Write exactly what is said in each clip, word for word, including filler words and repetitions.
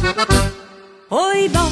Oi bo,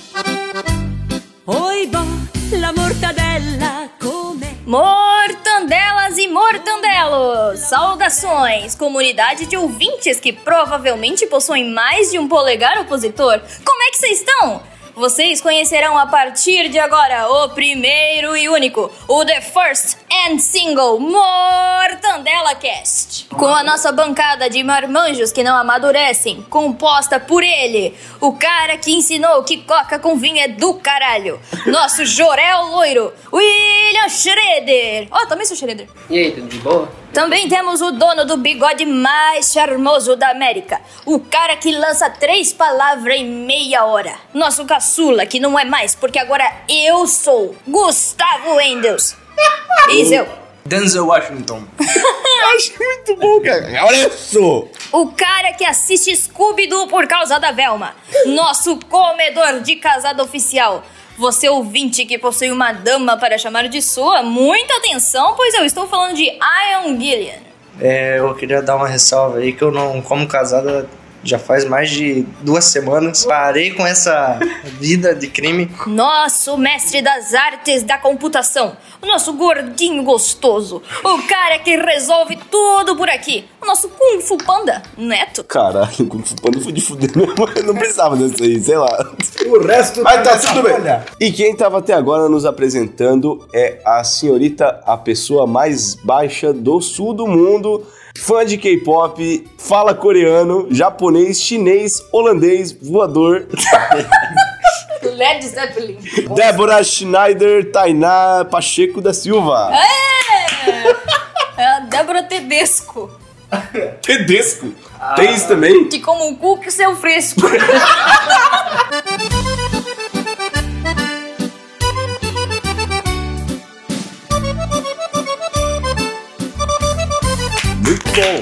oi bo, la mortadella come... Mortandelas e mortandelos! Saudações, comunidade de ouvintes que provavelmente possuem mais de um polegar opositor. Como é que vocês estão? Vocês conhecerão a partir de agora o primeiro e único, o The First and Single Mortandela Cast. Com a nossa bancada de marmanjos que não amadurecem, composta por ele, o cara que ensinou que coca com vinho é do caralho, nosso Jorel Loiro, William Schroeder. Ó, oh, também sou Schroeder. E aí, tudo de boa? Também temos o dono do bigode mais charmoso da América, o cara que lança três palavras em meia hora, nosso caçula, que não é mais, porque agora eu sou Gustavo Wendels. Isso eu. Denzel Washington. Acho muito bom, cara. Olha eu sou. O cara que assiste Scooby-Doo por causa da Velma, nosso comedor de casado oficial. Você ouvinte que possui uma dama para chamar de sua, muita atenção, pois eu estou falando de Ian Gillian. É, eu queria dar uma ressalva aí que eu não como casada já faz mais de duas semanas. Parei com essa vida de crime. Nosso mestre das artes da computação, o nosso gordinho gostoso, o cara que resolve tudo por aqui, o nosso Kung Fu Panda, Neto. Caralho, o Kung Fu Panda foi de fuder mesmo. Eu não precisava desse aí, sei lá. O resto... Mas tá tudo bem. E quem tava até agora nos apresentando é a senhorita, a pessoa mais baixa do sul do mundo, fã de K-pop, fala coreano, japonês, chinês, holandês, voador. Led Zeppelin. Débora Schneider Tainá Pacheco da Silva. É! É a Débora Tedesco. Tedesco? Ah. Tem isso também? Que como um cu que seu fresco. Muito bom.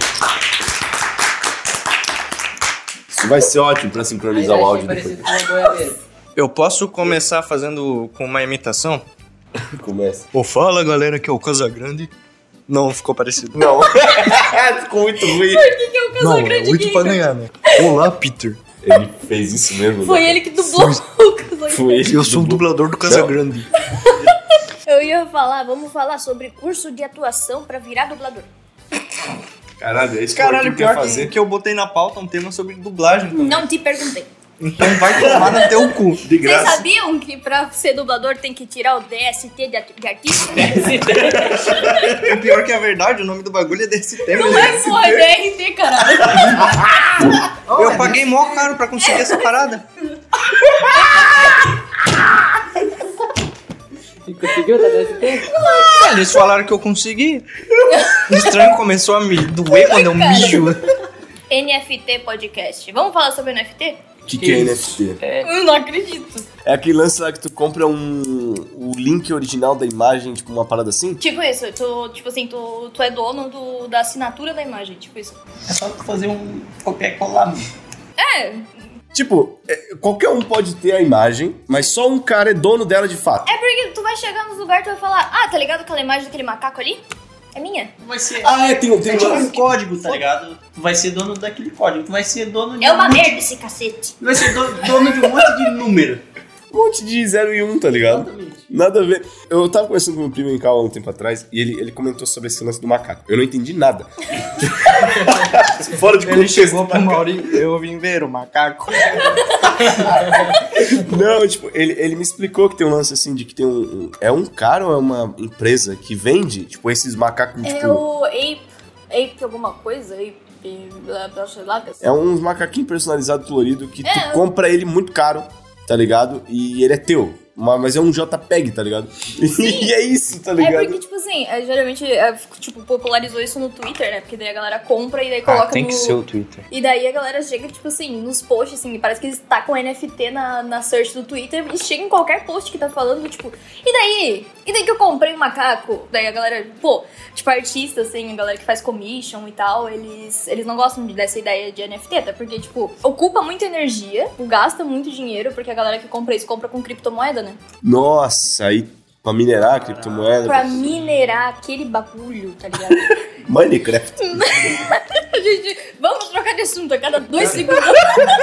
Isso vai ser ótimo pra sincronizar o áudio depois. Eu posso começar fazendo com uma imitação? Começa. Ô, fala galera, que é o Casagrande. Não, ficou parecido. Não. Ficou muito ruim. Por que, que é o Casagrande? Não, muito pra ganhar, né? Olá, Peter. Ele fez isso mesmo. Foi né? ele que dublou o Casagrande. Foi ele. Eu sou o dublador do Casagrande. Eu ia falar, vamos falar sobre curso de atuação pra virar dublador. Caralho, é isso Caralho, que pior fazer. que, que eu botei na pauta um tema sobre dublagem também. Não te perguntei. Então vai tomar no teu cu. De Vocês graça. sabiam que pra ser dublador tem que tirar o D S T de, de artista? É pior que a verdade, o nome do bagulho é D S T. Não é porra, é D R T, caralho. Eu paguei mó caro pra conseguir essa parada. E conseguiu dar D S T? Ah, eles falaram que eu consegui. O estranho começou a me doer quando eu mijo. N F T Podcast. Vamos falar sobre N F T? O que, que é N F T? É. Eu não acredito. É aquele lance lá que tu compra um o link original da imagem, tipo uma parada assim? Tipo isso, tu, tipo assim, tu, tu é dono do, da assinatura da imagem, tipo isso. É só tu fazer um qualquer colar. É, Tipo, é, qualquer um pode ter a imagem, mas só um cara é dono dela de fato. é porque tu vai chegar nos lugares e tu vai falar, ah, tá ligado aquela imagem daquele macaco ali? É minha. Tu vai ser... Ah, é, tem, tem É um tipo um lance. código, tá ligado? Tu vai ser dono daquele código. Tu vai ser dono de... É uma um monte- merda esse cacete. Tu vai ser do- dono de um monte de número. Um monte de zero e um, tá ligado? Exatamente. Nada a ver. Eu tava conversando com meu primo em Cal há um tempo atrás e ele, ele comentou sobre esse lance do macaco. Eu não entendi nada. Fora de Ele contexto. chegou pro Maurinho, eu vim ver o macaco. Não, tipo, ele, ele me explicou que tem um lance assim de que tem um, um... É um cara ou é uma empresa que vende, tipo, esses macacos, É tipo... o Ape, Ape alguma coisa, Ape, blá, blá, sei lá. É uns macaquinhos personalizados colorido que É. tu compra ele muito caro, tá ligado? E ele é teu. Ma- Mas é um JPEG, tá ligado? E é isso, tá É ligado? porque, tipo assim, é, geralmente, é, tipo, popularizou isso no Twitter, né? Porque daí a galera compra e daí coloca Ah, tem no... que ser o Twitter. E daí a galera chega, tipo assim, nos posts, assim, parece que eles tacam N F T na, na search do Twitter e chega em qualquer post que tá falando, tipo, e daí? E daí que eu comprei um macaco? Daí a galera, pô, tipo, artista, assim, a galera que faz commission e tal, eles, eles não gostam dessa ideia de N F T, até porque, tipo, ocupa muita energia, gasta muito dinheiro, porque a galera que compra isso compra com criptomoeda, né? Nossa, aí pra minerar a criptomoeda. Pra minerar aquele bagulho, tá ligado? Minecraft. Gente, vamos trocar de assunto a cada dois segundos.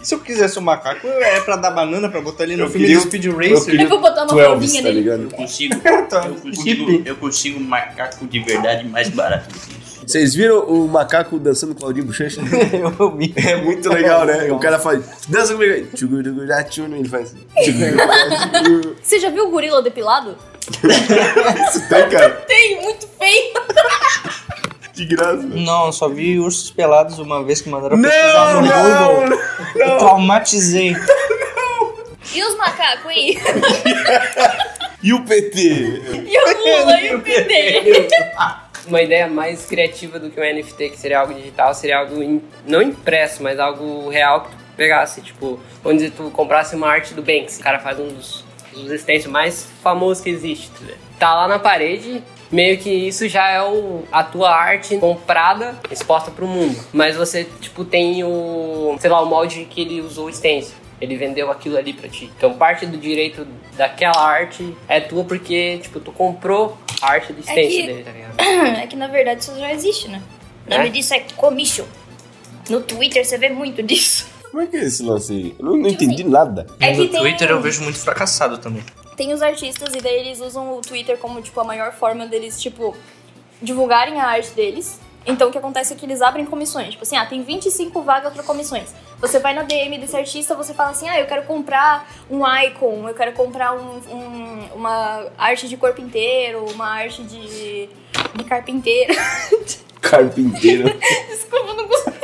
Se eu quisesse um macaco, é pra dar banana, pra botar ele no Eu filme queria- do Speed eu Racer. queria- Eu vou botar uma Twelve, fraldinha tá nele. ligado? Eu consigo, Tá, eu consigo, eu consigo um macaco de verdade mais barato do que isso. Vocês viram o macaco dançando Claudinho Bochecha? Eu vi. É muito legal, né? O cara faz. Dança comigo aí. Tchugurugurachunu, ele faz. Tchugurugurachunu. Você já viu o gorila depilado? Isso tem, cara. Tem, muito feio. De graça, velho. Não, eu só vi ursos pelados uma vez que mandaram Não, pesquisar no não, Google. Eu traumatizei. E os macacos, hein? E o P T? E o Lula e o P T? Uma ideia mais criativa do que um N F T, que seria algo digital, seria algo in- não impresso, mas algo real que tu pegasse, tipo, onde tu comprasse uma arte do Banksy. O cara faz um dos, dos stencils mais famosos que existe. Tá ligado? Tá lá na parede, meio que isso já é o, a tua arte comprada, exposta pro mundo. Mas você, tipo, tem o, sei lá, o molde que ele usou o stencil. Ele vendeu aquilo ali pra ti. Então parte do direito daquela arte é tua porque, tipo, tu comprou a arte do stencil que- dele, tá ligado? É que na verdade isso já existe, né? O nome É? disso é commission. No Twitter você vê muito disso. Como é que é esse lance aí? Eu não, não Tipo entendi assim, nada. É que No tem, Twitter eu vejo muito fracassado também. tem os artistas e daí eles usam o Twitter como, tipo, a maior forma deles, tipo, divulgarem a arte deles. Então o que acontece é que eles abrem comissões. Tipo assim, ah, tem vinte e cinco vagas para comissões. Você vai na D M desse artista, você fala assim, ah, eu quero comprar um icon, eu quero comprar um, um- uma arte de corpo inteiro, uma arte de, de carpinteiro. Carpinteiro. Desculpa, não consigo.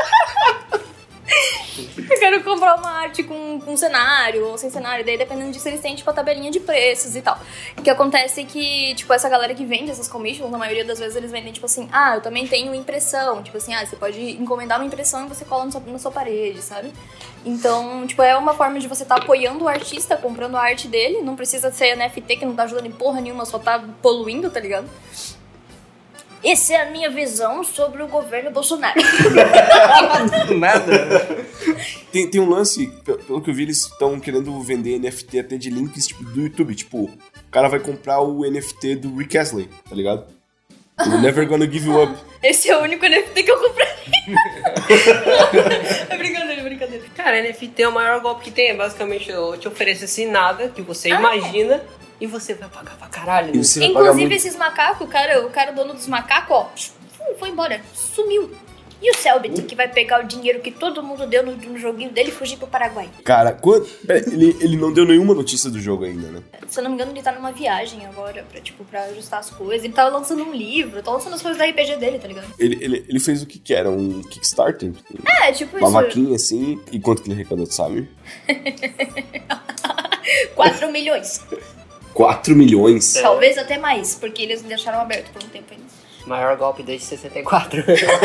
Eu quero comprar uma arte com, com cenário ou sem cenário. Daí, dependendo disso, eles têm, tipo, a tabelinha de preços e tal. O que acontece é que, tipo, essa galera que vende essas commissions, na maioria das vezes, eles vendem, tipo assim, ah, eu também tenho impressão. Tipo assim, ah, você pode encomendar uma impressão e você cola na sua, na sua parede, sabe? Então, tipo, é uma forma de você estar tá apoiando o artista, comprando a arte dele. Não precisa ser N F T, que não tá ajudando em porra nenhuma, só tá poluindo, tá ligado? Essa é a minha visão sobre o governo Bolsonaro. Nada. Tem, tem um lance, pe- pelo que eu vi, eles estão querendo vender N F T até de links tipo, do YouTube. Tipo, o cara vai comprar o N F T do Rick Astley, tá ligado? O Never Gonna Give You Up. Esse é o único N F T que eu comprei. É brincadeira, é brincadeira. Cara, N F T é o maior golpe que tem. É basicamente eu te oferecer assim nada que você imagina e você vai pagar pra caralho. E né? você vai pagar Inclusive, muito. esses macacos, o cara, o cara dono dos macacos, ó, foi embora, sumiu. E o Selbit, que vai pegar o dinheiro que todo mundo deu no, no joguinho dele e fugir pro Paraguai. Cara, quando... Pera, ele, ele não deu nenhuma notícia do jogo ainda, né? Se eu não me engano, ele tá numa viagem agora, pra, tipo, pra ajustar as coisas. Ele tá lançando um livro, tá lançando as coisas da R P G dele, tá ligado? Ele, ele, ele fez o que que era? Um Kickstarter? É, tipo Uma isso. vaquinha assim. E quanto que ele arrecadou, tu sabe? quatro milhões. quatro milhões. Talvez até mais, porque eles deixaram aberto por um tempo ainda. Maior golpe desde sessenta e quatro.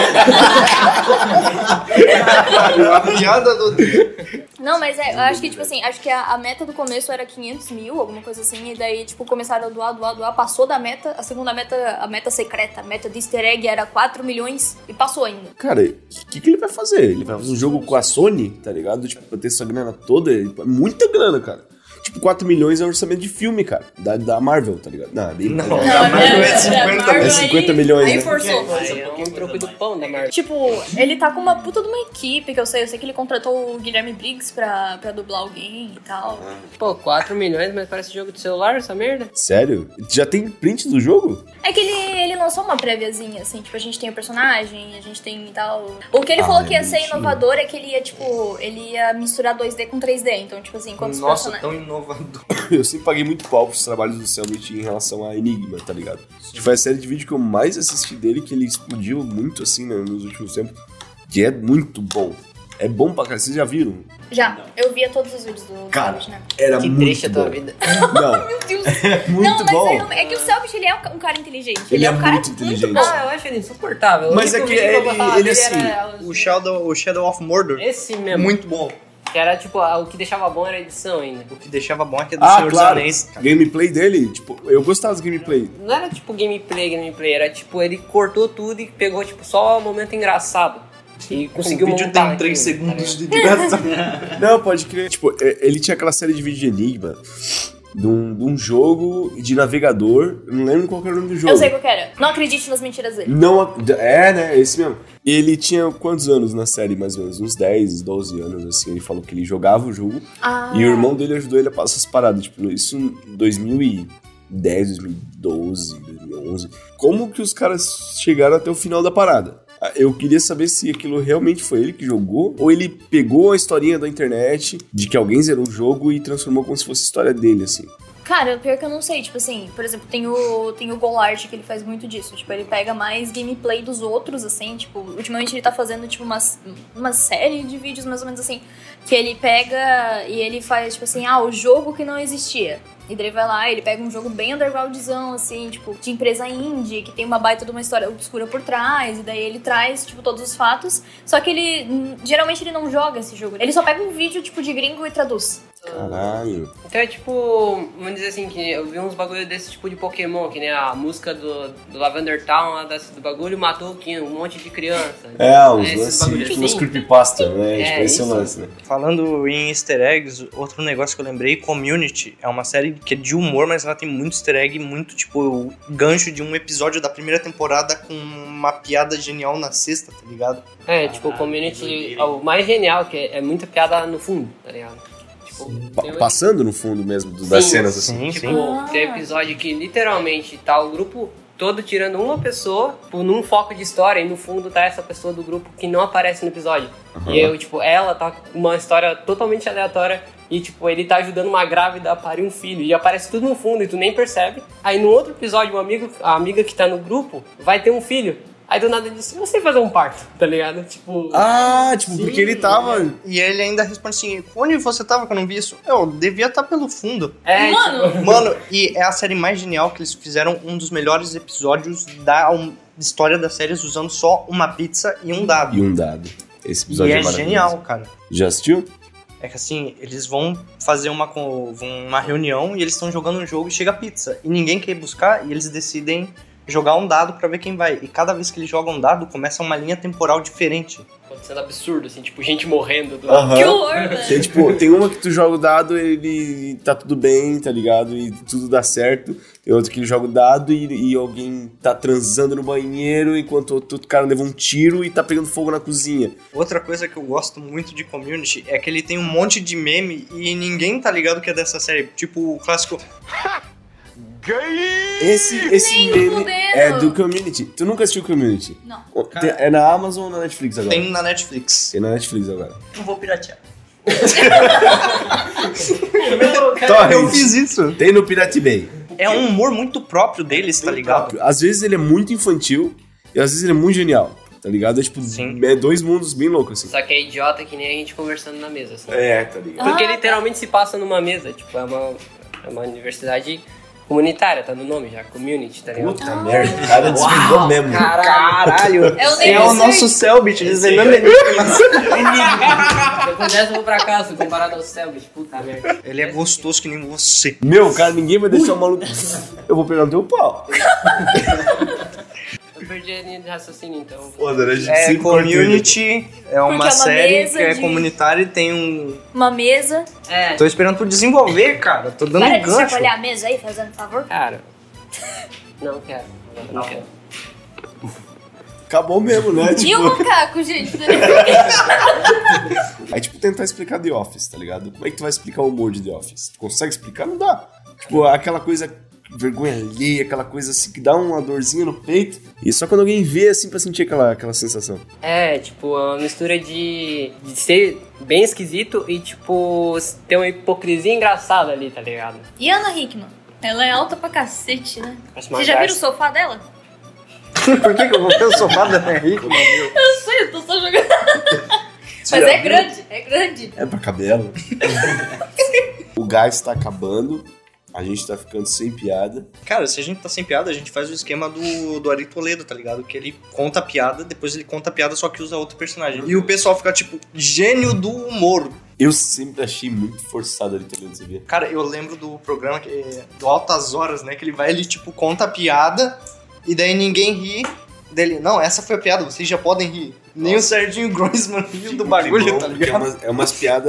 A piada do dia. Não, mas é, eu acho que, tipo assim, acho que a, a meta do começo era quinhentos mil, alguma coisa assim, e daí, tipo, começaram a doar, doar, doar, passou da meta, a segunda meta, a meta secreta, a meta de easter egg era quatro milhões e passou ainda. Cara, o que, que ele vai fazer? Ele vai fazer um jogo com a Sony, tá ligado? Tipo, pra ter essa grana toda. É muita grana, cara. Tipo, quatro milhões é um orçamento de filme, cara. Da, da Marvel, tá ligado? Não, nem Não, não. da Marvel é cinquenta É cinquenta milhões, aí né? forçou. Aí é um troco do pão da Marvel. Tipo, ele tá com uma puta de uma equipe, que eu sei, eu sei que ele contratou o Guilherme Briggs pra, pra dublar alguém e tal. Pô, quatro milhões, mas parece jogo de celular essa merda? Sério? Já tem print do jogo? É que ele, ele lançou uma préviazinha, assim, tipo, a gente tem o personagem, a gente tem e tal. O que ele Ah, falou que ia é ser bonitinho. inovador é que ele ia, tipo, ele ia misturar dois D com três D, então, tipo assim, quando os Nossa, personagens... tão inovador. Eu sempre paguei muito pau pros trabalhos do Selbit em relação a Enigma, tá ligado? Foi a série de vídeo que eu mais assisti dele, que ele explodiu muito assim, né, nos últimos tempos. Que é muito bom. É bom pra caralho, vocês já viram? Já, eu via todos os vídeos do Cara, Selbit, né? Era Que muito triste a tua bom. vida. Não, Meu Deus. muito não, mas bom. aí não- é que o Selbit, ele é um cara inteligente. Ele é um cara muito inteligente. bom. Ah, eu acho ele insuportável. O Mas único é que vídeo eu ele- gostava ele dele assim, era O Shadow, o Shadow of Mordor. Esse mesmo. Muito bom. Que era tipo, ah, o que deixava bom era a edição ainda. O que deixava bom é que é do Ah, Senhor claro. dos Anéis. Cara. Gameplay dele, tipo, eu gostava do gameplay. Não era tipo gameplay, gameplay, era tipo, ele cortou tudo e pegou tipo só o momento engraçado. E conseguiu o vídeo montar tem três aquilo, segundos tá de duração. Não, pode crer. Tipo, é- ele tinha aquela série de vídeo de Enigma de um, de um jogo de navegador. Eu não lembro qual que era o nome do jogo. Eu sei qual que era. Não acredite nas mentiras dele. Não, é, né? Esse mesmo. Ele tinha quantos anos na série, mais ou menos? Uns dez, doze anos, assim. Ele falou que ele jogava o jogo. Ah. E o irmão dele ajudou ele a passar essas paradas. Tipo, isso em dois mil e dez, dois mil e doze, dois mil e onze. Como que os caras chegaram até o final da parada? Eu queria saber se aquilo realmente foi ele que jogou, ou ele pegou a historinha da internet de que alguém zerou o jogo e transformou como se fosse a história dele, assim. Cara, pior que eu não sei, tipo assim, por exemplo, tem o, tem o Golart que ele faz muito disso, tipo, ele pega mais gameplay dos outros, assim, tipo, ultimamente ele tá fazendo, tipo, uma, uma série de vídeos, mais ou menos assim, que ele pega e ele faz, tipo assim, ah, o jogo que não existia. E daí ele vai lá, ele pega um jogo bem undergroundzão, assim, tipo, de empresa indie, que tem uma baita de uma história obscura por trás, e daí ele traz, tipo, todos os fatos, só que ele, geralmente ele não joga esse jogo, ele só pega um vídeo, tipo, de gringo e traduz. Caralho. Então é tipo, vamos dizer assim, que eu vi uns bagulho desse tipo de Pokémon, que nem a música do, do Lavender Town lá desse, do bagulho matou que um monte de criança. É, uns Esses lances, bagulho tipo, uns assim. creepypasta, né? É, tipo, esse é o isso. lance, né? Falando em easter eggs, outro negócio que eu lembrei, Community, é uma série que é de humor, mas ela tem muito easter egg, muito, tipo, gancho de um episódio da primeira temporada com uma piada genial na sexta, tá ligado? É, tipo, o Community, o mais genial, que é, é muita piada no fundo, tá ligado? Tipo, Pa- tem- passando no fundo mesmo do- das Sim, cenas, assim. Sim, Tipo, sim. tem episódio que literalmente tá o grupo todo tirando uma pessoa por num foco de história e no fundo tá essa pessoa do grupo que não aparece no episódio. E eu, tipo, ela tá com uma história totalmente aleatória e, tipo, ele tá ajudando uma grávida a parir um filho e aparece tudo no fundo e tu nem percebe. Aí no outro episódio, um amigo, a amiga que tá no grupo vai ter um filho. Aí do nada ele disse, eu sei fazer um parto, tá ligado? Tipo... Ah, tipo, Sim, porque ele tava... E ele ainda responde assim, onde você tava que eu não vi isso? Eu devia estar pelo fundo. É, Mano! tipo, Mano, e é a série mais genial que eles fizeram um dos melhores episódios da um, história das séries usando só uma pizza e um dado. E um dado. Esse E episódio é é maravilhoso. genial, cara. Já assistiu? É que assim, eles vão fazer uma, co- vão- uma reunião e eles estão jogando um jogo e chega a pizza. E ninguém quer ir buscar e eles decidem jogar um dado pra ver quem vai. E cada vez que eles jogam um dado, começa uma linha temporal diferente. acontecendo absurdo, assim, tipo, gente morrendo. Do... Aham. Que horror, velho. Tem, tipo, tem uma que tu joga o dado, ele tá tudo bem, tá ligado? E tudo dá certo. Tem outra que ele joga o dado e, e alguém tá transando no banheiro enquanto o outro cara levou um tiro e tá pegando fogo na cozinha. Outra coisa que eu gosto muito de Community é que ele tem um monte de meme e ninguém tá ligado que é dessa série. Tipo, o clássico... Esse, esse Nem meme fudendo. é do Community. Tu nunca assistiu Community? Não. O- tem- é na Amazon ou na Netflix agora? Tem na Netflix. Tem na Netflix agora. Não vou piratear. Eu fiz isso. Tem no Pirate Bay. É um humor muito próprio deles, tá ligado? Às vezes ele é muito infantil e às vezes ele é muito genial, tá ligado? É tipo, Sim. é dois mundos bem loucos, assim. Só que é idiota que nem a gente conversando na mesa, assim. É, tá ligado? Porque Ah, literalmente se passa numa mesa, tipo, é uma, é uma universidade comunitária, tá no nome já, community, tá ligado? Puta merda, o cara desvendou mesmo. Caralho. É o É David o Stern. nosso Selbit, desvendando Depois dessa eu vou pra casa, comparado ao Selbit, puta merda. Ele é gostoso que nem você. Meu, cara, ninguém vai deixar o maluco. Eu vou pegar no teu pau. Eu perdi a linha de raciocínio, então... Foda, né? A gente É sempre corta ele. Community, é uma, Porque é uma série mesa que é de- comunitária e tem um... Uma mesa. É, Tô esperando tu desenvolver, cara. Tô dando Para um de gancho. chacoalhar a mesa aí, fazendo favor. cara... Não quero, não quero. Acabou mesmo, né? E o Tipo, macaco, gente? é tipo tentar explicar The Office, tá ligado? Como é que tu vai explicar o humor de The Office? Tu consegue explicar? Não dá. Tipo, aquela coisa, vergonha alheia, aquela coisa assim que dá uma dorzinha no peito. E só quando alguém vê, assim, pra sentir aquela, aquela sensação. É, tipo, é uma mistura de, de ser bem esquisito e, tipo, ter uma hipocrisia engraçada ali, tá ligado? E Ana Hickman? Ela é alta pra cacete, né? Parece uma Vocês já viram o garça. sofá dela? Por que, que eu vou ver o sofá da Henrique, meu Deus? Eu sei, eu tô só jogando. Mas já é viu? grande, é grande. É pra cabelo. O gás tá acabando. A gente tá ficando sem piada. Cara, se a gente tá sem piada, a gente faz o esquema do, do Ari Toledo, tá ligado? Que ele conta a piada, depois ele conta a piada, só que usa outro personagem. E o pessoal fica tipo, gênio do humor. Eu sempre achei muito forçado ali também, você vê. Cara, eu lembro do programa que, do Altas Horas, né? Que ele vai, ele tipo, conta a piada e daí ninguém ri dele. Não, essa foi a piada, vocês já podem rir. Nem o Serginho Groisman riu do bagulho, tá Porque é ligado? umas, é umas piadas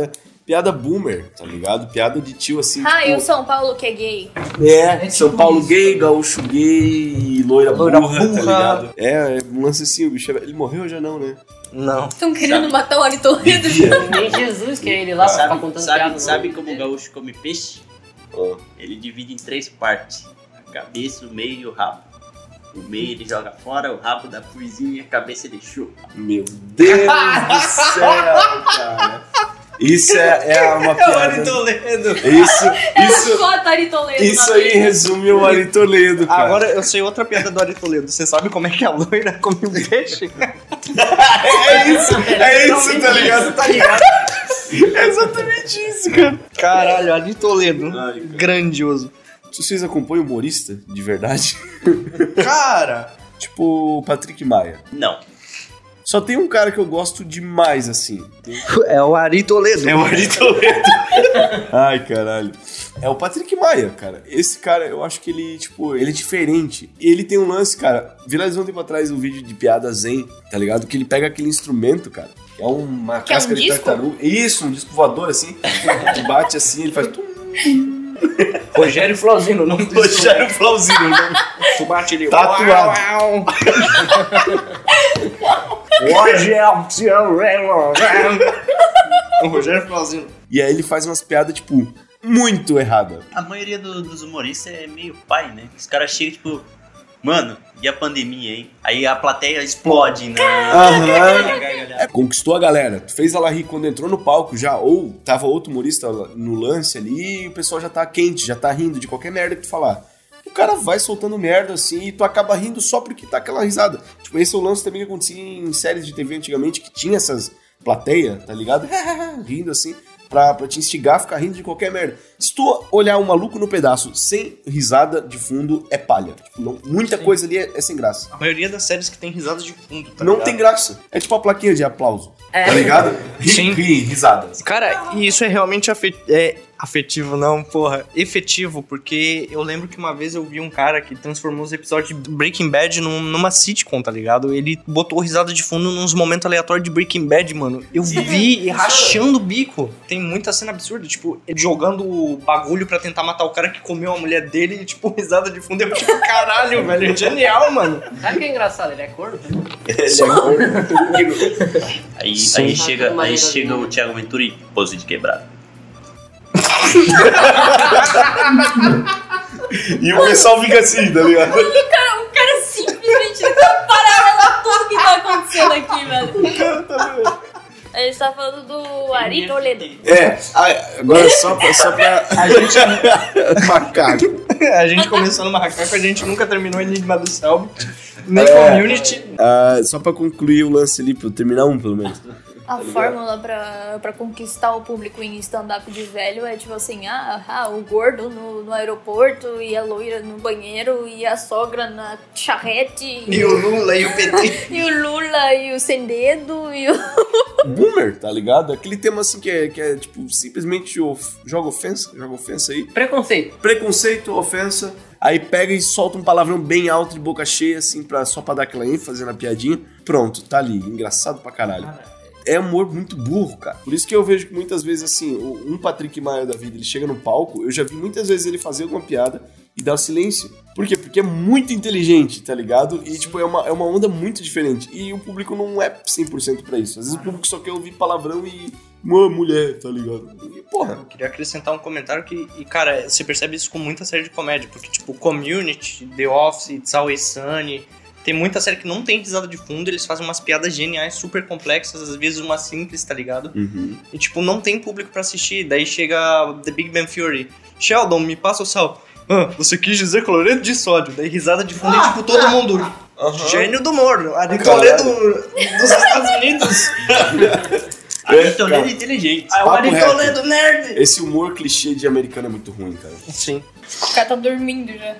piada boomer, tá ligado? Piada de tio assim, Ah, tipo... e o São Paulo que é gay. É, São Paulo gay, gaúcho gay, loira, Loira burra, tá burra. ligado? É, é um lance assim, o bicho... Ele morreu já não, né? Não. Estão querendo matar o Ari Toledo. Nem Jesus, que é ele lá, Sabe, tá contando sabe, piada. sabe não. como o gaúcho come peixe? Ó. Ele divide em três partes: a cabeça, o meio e o rabo. O meio ele joga fora, o rabo dá puizinho e a cabeça ele chupa. Meu Deus do céu, cara. Isso é, é uma piada... Toledo! Isso, isso... Bota Ari Toledo. Isso na aí frente. resume o Ari Toledo, cara. Agora eu sei outra piada do Ari Toledo. Você sabe como é que a loira come um peixe? É isso, é isso, tá ligado? Tá ligado? É exatamente isso, cara. Caralho, Ari Toledo. Ai, cara. Grandioso. Vocês acompanham humorista, de verdade? Cara! Tipo o Patrick Maia. Não. Só tem um cara que eu gosto demais, assim. Tem- É o Ari Toledo. É o Ari Toledo. Ai, caralho. É o Patrick Maia, cara. Esse cara, eu acho que ele, tipo, ele é diferente. E ele tem um lance, cara. Viralizou um tempo atrás um vídeo de piada zen, tá ligado? Que ele pega aquele instrumento, cara. Que é uma Que é um casca de disco? tartaruga. Isso, um disco voador, assim. Que bate assim, ele faz... tum. Rogério Flauzino, o nome do Rogério Flauzino, né? Tu bate ele. Tatuado. Hoje é o seu relógio. O Rogério Flauzino. E aí ele faz umas piadas, tipo, muito erradas. A maioria do- dos humoristas é meio pai, né? Os caras chegam tipo, mano, e a pandemia, hein? Aí a plateia explode, né? Aham. É, conquistou a galera. Tu fez ela rir quando entrou no palco já, ou tava outro humorista no lance ali e o pessoal já tá quente, já tá rindo de qualquer merda que tu falar. O cara vai soltando merda assim e tu acaba rindo só porque tá aquela risada. Tipo, esse é o lance também que acontecia em séries de T V antigamente, que tinha essas plateias, tá ligado? Rindo assim, pra, pra te instigar a ficar rindo de qualquer merda. Se tu olhar um maluco no pedaço sem risada de fundo, é palha. Tipo, não- muita coisa ali é, é sem graça. A maioria das séries que tem risadas de fundo, tá Não ligado? tem graça. É tipo a plaquinha de aplauso. É. Tá ligado? Ri, Sim. ri, risadas. Cara, e isso é realmente afe- é afetivo, não, porra, efetivo, porque eu lembro que uma vez eu vi um cara que transformou os episódios de Breaking Bad num- numa sitcom, tá ligado? Ele botou risada de fundo nos momentos aleatórios de Breaking Bad, mano. Eu vi rachando o bico. Tem muita cena absurda, tipo, ele jogando o bagulho pra tentar matar o cara que comeu a mulher dele e, tipo, risada de fundo. Eu, tipo, caralho, velho, é genial, mano. Sabe o que é engraçado? Ele é corno? Aí, Sim. aí chega, Uma aí regra chega dele. o Thiago Ventura e pose de quebrado. E o pessoal fica assim, tá ligado? Cara, o cara simplesmente tá paralelo a tudo que tá acontecendo aqui, velho. A gente tá falando do Ari Toledo. É, a- agora só pra. Só pra... A gente. Macaco. A gente começou no Macaco, a gente nunca terminou Enigma do Selbit, nem É. Community. Ah, só pra concluir o lance ali, pra eu terminar um pelo menos. A fórmula pra, pra conquistar o público em stand-up de velho é tipo assim, ah, ah o gordo no, no aeroporto, e a loira no banheiro, e a sogra na charrete, E o Lula e o P T. e o Lula e o sem dedo, e o... Boomer, tá ligado? Aquele tema assim que é, que é tipo, simplesmente of... joga ofensa, joga ofensa aí. Preconceito. Preconceito, ofensa. Aí pega e solta um palavrão bem alto de boca cheia, assim, pra, só pra dar aquela ênfase na piadinha. Pronto, tá ali. Engraçado pra caralho. É humor muito burro, cara. Por isso que eu vejo que muitas vezes, assim, o- um Patrick Maia da vida, ele chega no palco, eu já vi muitas vezes ele fazer alguma piada e dar silêncio. Por quê? Porque é muito inteligente, tá ligado? E, tipo, é uma, é uma onda muito diferente. E o público não é cem por cento pra isso. Às vezes o público só quer ouvir palavrão e... Uma mulher, tá ligado? E, porra... Eu queria acrescentar um comentário que, e cara, você percebe isso com muita série de comédia, porque, tipo, Community, The Office, It's Always Sunny, tem muita série que não tem risada de fundo, eles fazem umas piadas geniais, super complexas, às vezes uma simples, tá ligado? Uhum. E, tipo, não tem público pra assistir, daí chega The Big Bang Theory, Sheldon, me passa o sal. Ah, você quis dizer cloreto de sódio, daí risada de fundo e, tipo, todo mundo... Gênio do humor, Ari Toledo dos Estados Unidos. Ari Toledo é inteligente. Ah, o Papo Ari reto. Toledo nerd. Esse humor clichê de americano é muito ruim, cara. Sim. O cara tá dormindo já.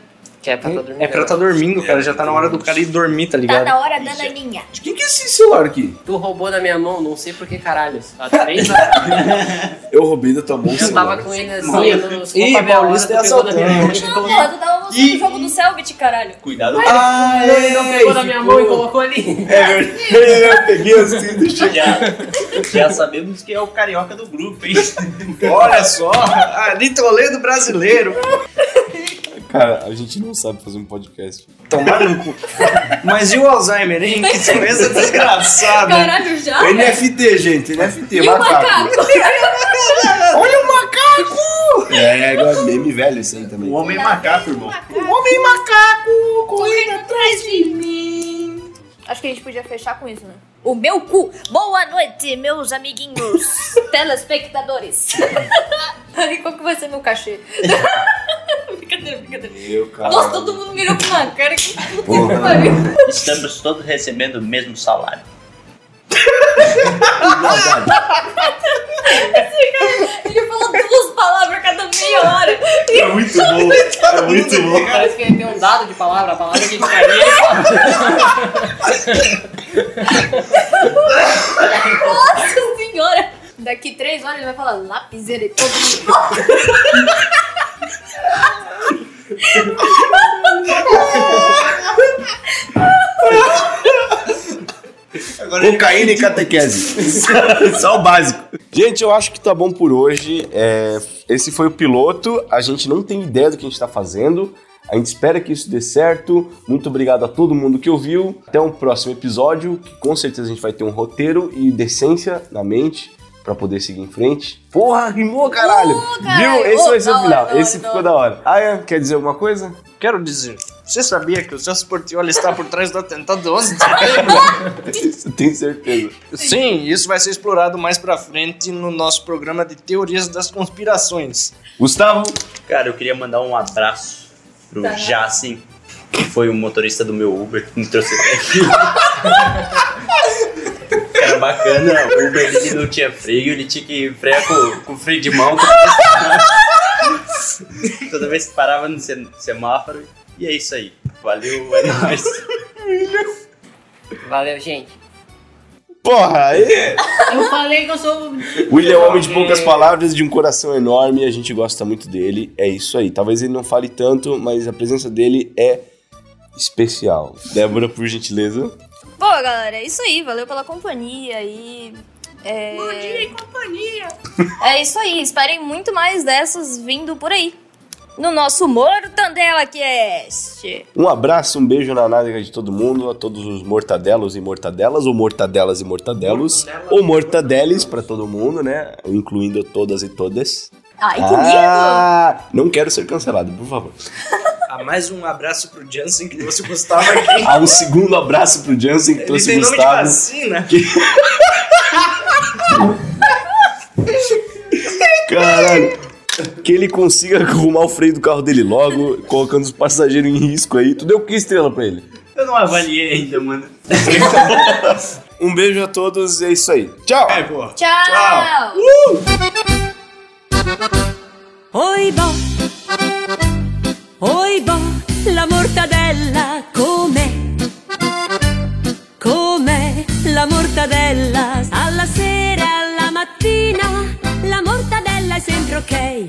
Que é pra tá dormindo. É pra tá dormindo, cara. Já tá na hora do cara ir dormir, tá Tá ligado? na hora da naninha. De quem que é esse celular aqui? Tu roubou da minha mão, não sei por que caralhos. Há três horas. Eu roubei da tua mão o Eu celular. tava com ele assim, eu não Ih, Paulista é assaltante. Não, porra, tu tava mostrando o jogo do Selbit, caralho. Cuidado. Ah, Ele não pegou da minha mão e colocou ali. É verdade, eu peguei assim, deixei. Já, já sabemos que é o carioca do grupo, hein? Olha só, Ari Toledo brasileiro. Cara, a gente não sabe fazer um podcast. Tomar no cu. Mas e o Alzheimer, hein? Que doença desgraçada. Caralho, já? N F T, gente, N F T, E o macaco. macaco? Olha o macaco! É, agora meme velho isso aí também. O homem macaco, irmão. Homem macaco correndo atrás de mim. Acho que a gente podia fechar com isso, né? O meu cu. Boa noite, meus amiguinhos telespectadores. Ai, qual que vai ser meu cachê? Brincadeira, brincadeira. Meu cara. Nossa, todo mundo mirou com uma cara que puta que Porra. pariu. Estamos todos recebendo o mesmo salário. Ele falou duas palavras a cada meia hora. É muito bom. É muito bom. Parece que ele tem um dado de palavra, a palavra que ficaria ele fala. Nossa senhora. Daqui três horas ele vai falar lapiseira e todo mundo. Cocaína e catequese. Só o básico. Gente, eu acho que tá bom por hoje. É, esse foi o piloto. A gente não tem ideia do que a gente tá fazendo. A gente espera que isso dê certo. Muito obrigado a todo mundo que ouviu. Até um próximo episódio, que com certeza a gente vai ter um roteiro e decência na mente pra poder seguir em frente. Porra, rimou, caralho! Uh, caralho. Viu? Esse Oh, vai ser da o final. hora, da Esse hora, ficou da da hora. Aya, quer dizer alguma coisa? Quero dizer, você sabia que o Celso Portiolli está por trás do atentado do onze de setembro? Tenho certeza. Sim, isso vai ser explorado mais pra frente no nosso programa de teorias das conspirações. Gustavo? Cara, eu queria mandar um abraço pro Tá. Jacin, que foi o motorista do meu Uber, que me trouxe até aqui. Cara bacana, o Uber dele não tinha freio, ele tinha que frear com, com freio de mão. Toda vez que parava no sem- semáforo. E é isso aí. Valeu, é nóis. Valeu, gente. Porra, aí. Eu falei que eu sou... William é um homem de poucas palavras, de um coração enorme, a gente gosta muito dele, é isso aí. Talvez ele não fale tanto, mas a presença dele é especial. Débora, por gentileza. Pô, galera, é isso aí. Valeu pela companhia e... É... Bom dia e companhia. É isso aí. Esperem muito mais dessas vindo por aí. No nosso Mortandela Cast. Um abraço, um beijo na nádega de todo mundo, a todos os mortadelos e mortadelas, ou mortadelas e mortadelos, ou mortadeles pra todo mundo, né? Incluindo todas e todas. Ai, que lindo! Ah, não quero ser cancelado, por favor. Ah, mais um abraço pro Jansen que trouxe o Gustavo aqui. Ah, um segundo abraço pro Jansen que Ele trouxe tem o nome de Gustavo. vacina. Caralho. Que ele consiga arrumar o freio do carro dele logo, colocando os passageiros em risco aí. Tu deu que estrela pra ele? Eu não avaliei ainda, mano. Um beijo a todos, é isso aí. Tchau! É, pô. Tchau! Oi bo, oi bo, la mortadella com'è? Com'è la mortadella? Alla sera, alla mattina, la mortadella è sempre ok.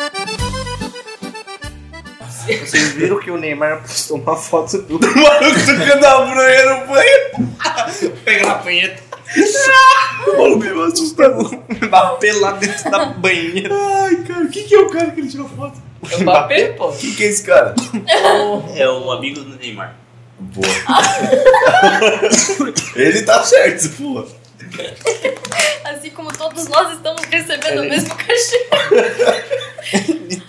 Vocês viram que o Neymar postou uma foto do Maluco tocando a bronha no banheiro. pegando a punheta, O maluco me assustado. Mbappé lá dentro da banheira. Ai, cara, quem que é o cara que ele tirou foto? É o Mbappé, pô. Quem que é esse cara? É o amigo do Neymar. Boa. Ele tá certo, porra. Assim como todos nós estamos recebendo o mesmo cachê.